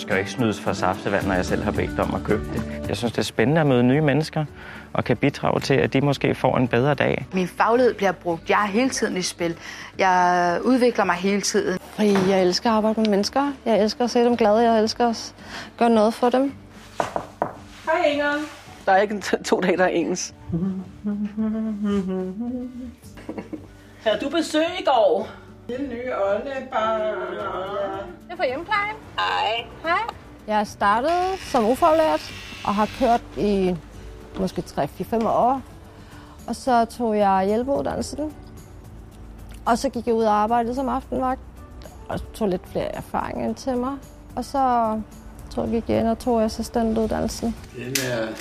skal jo ikke snydes for saftevand, når jeg selv har bedt om at købe det. Jeg synes, det er spændende at møde nye mennesker og kan bidrage til, at de måske får en bedre dag. Min faglighed bliver brugt. Jeg er hele tiden i spil. Jeg udvikler mig hele tiden. Fordi jeg elsker at arbejde med mennesker. Jeg elsker at se dem glade. Jeg elsker at gøre noget for dem. Hej Inger. Der er ikke 2 dage, der er ens. Havde du besøg i går? Det nye oldebarn. Det er fra hjemmeplejen. Hej. Hej. Jeg startede som ufaglært og har kørt i måske 3-4-5 år. Og så tog jeg hjælpeuddannelsen. Og så gik jeg ud og arbejdede som aftenvagt. Og tog lidt flere erfaringer ind til mig. Og så gik jeg ind og tog assistentuddannelsen. Den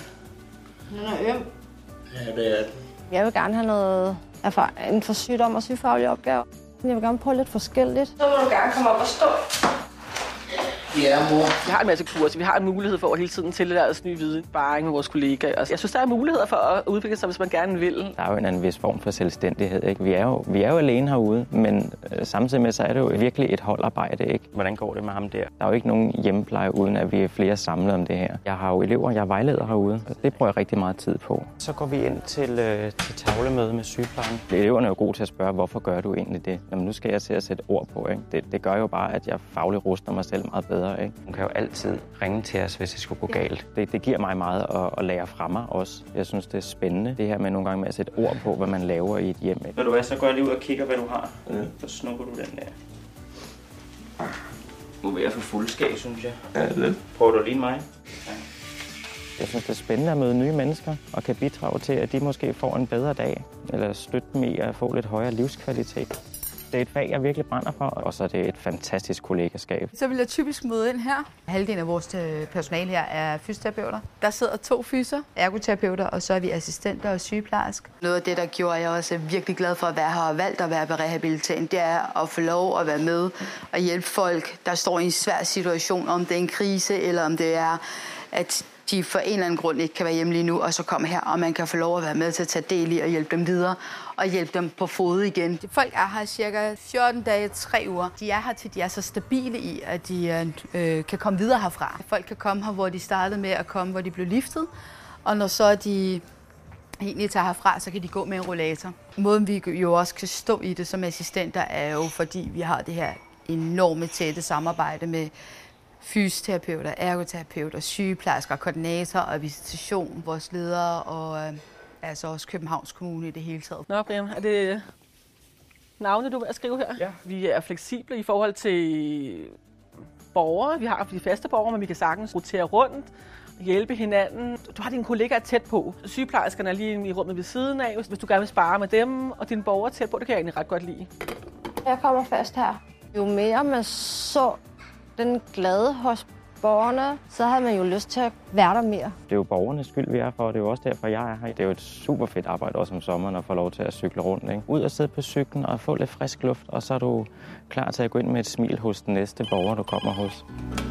er øm. Ja, det er den. Jeg vil gerne have noget erfaring inden for sygdom og sygefaglige opgaver. Jeg vil gerne prøve lidt forskelligt. Så må du gerne komme op og stå. Ja, mor. Vi har en masse kurser. Vi har en mulighed for at hele tiden tillære os ny viden, sparring med vores kollegaer. Jeg synes, der er muligheder for at udvikle sig, hvis man gerne vil. Der er jo en vis form for selvstændighed, ikke? Vi er jo alene herude, men samtidig med, så er det jo virkelig et holdarbejde, ikke? Hvordan går det med ham der? Der er jo ikke nogen hjemmepleje, uden at vi er flere samlet om det her. Jeg har jo elever, jeg er vejleder herude, og det bruger jeg rigtig meget tid på. Så går vi ind til tavlemøde med sygeplejen. Eleverne er jo gode til at spørge, hvorfor gør du egentlig det? Jamen, nu skal jeg til at sætte ord på, ikke? Det gør jo bare, at jeg fagligt ruster mig selv meget bedre. Ikke? Hun kan jo altid ringe til os, hvis det skulle gå galt. Det giver mig meget at lære fra mig også. Jeg synes, det er spændende, det her med nogle gange med at sætte ord på, hvad man laver i et hjem. Ved du hvad, så går jeg lige ud og kigger, hvad du har. Så snupper du den der. Nu vil jeg få fuldskab, synes jeg. Ja, lidt. Prøver du lige mig? Ja. Jeg synes, det er spændende at møde nye mennesker og kan bidrage til, at de måske får en bedre dag. Eller støtte dem i at få lidt højere livskvalitet. Det er et fag, jeg virkelig brænder for, og så er det et fantastisk kollegaskab. Så vil jeg typisk møde ind her. Halvdelen af vores personale her er fysioterapeuter. Der sidder 2 fyser, ergoterapeuter, og så er vi assistenter og sygeplejersker. Noget af det, der gjorde, jeg også er virkelig glad for at være her og valgt at være på rehabilitering, det er at få lov at være med og hjælpe folk, der står i en svær situation, om det er en krise, eller om det er, at de for en eller anden grund ikke kan være hjemme lige nu, og så komme her, og man kan få lov at være med til at tage del i og hjælpe dem videre, og hjælpe dem på fod igen. Folk er her cirka 14 dage, 3 uger. De er her til, de er så stabile i, at de kan komme videre herfra. Folk kan komme her, hvor de startede med at komme, hvor de blev liftet, og når så de egentlig tager herfra, så kan de gå med en rollator. Måden vi jo også kan stå i det som assistenter, er jo fordi vi har det her enorme tætte samarbejde med fysioterapeuter, ergoterapeuter, sygeplejersker, koordinatorer og visitation, vores ledere og altså også Københavns Kommune i det hele taget. Nå, Brian, er det navne, du vil skrive her? Ja. Vi er fleksible i forhold til borgere. Vi har de faste borgere, men vi kan sagtens rotere rundt, hjælpe hinanden. Du har dine kollegaer tæt på. Sygeplejerskerne er lige i rummet ved siden af, hvis du gerne vil spare med dem, og dine borgere tæt på, det kan jeg egentlig ret godt lide. Jeg kommer først her. Jo mere man så den glade hos borgerne, så havde man jo lyst til at være der mere. Det er jo borgernes skyld, vi er for, og det er jo også derfor, jeg er her. Det er jo et super fedt arbejde også om sommeren at få lov til at cykle rundt. Ikke? Ud og sidde på cyklen og få lidt frisk luft, og så er du klar til at gå ind med et smil hos den næste borger, du kommer hos.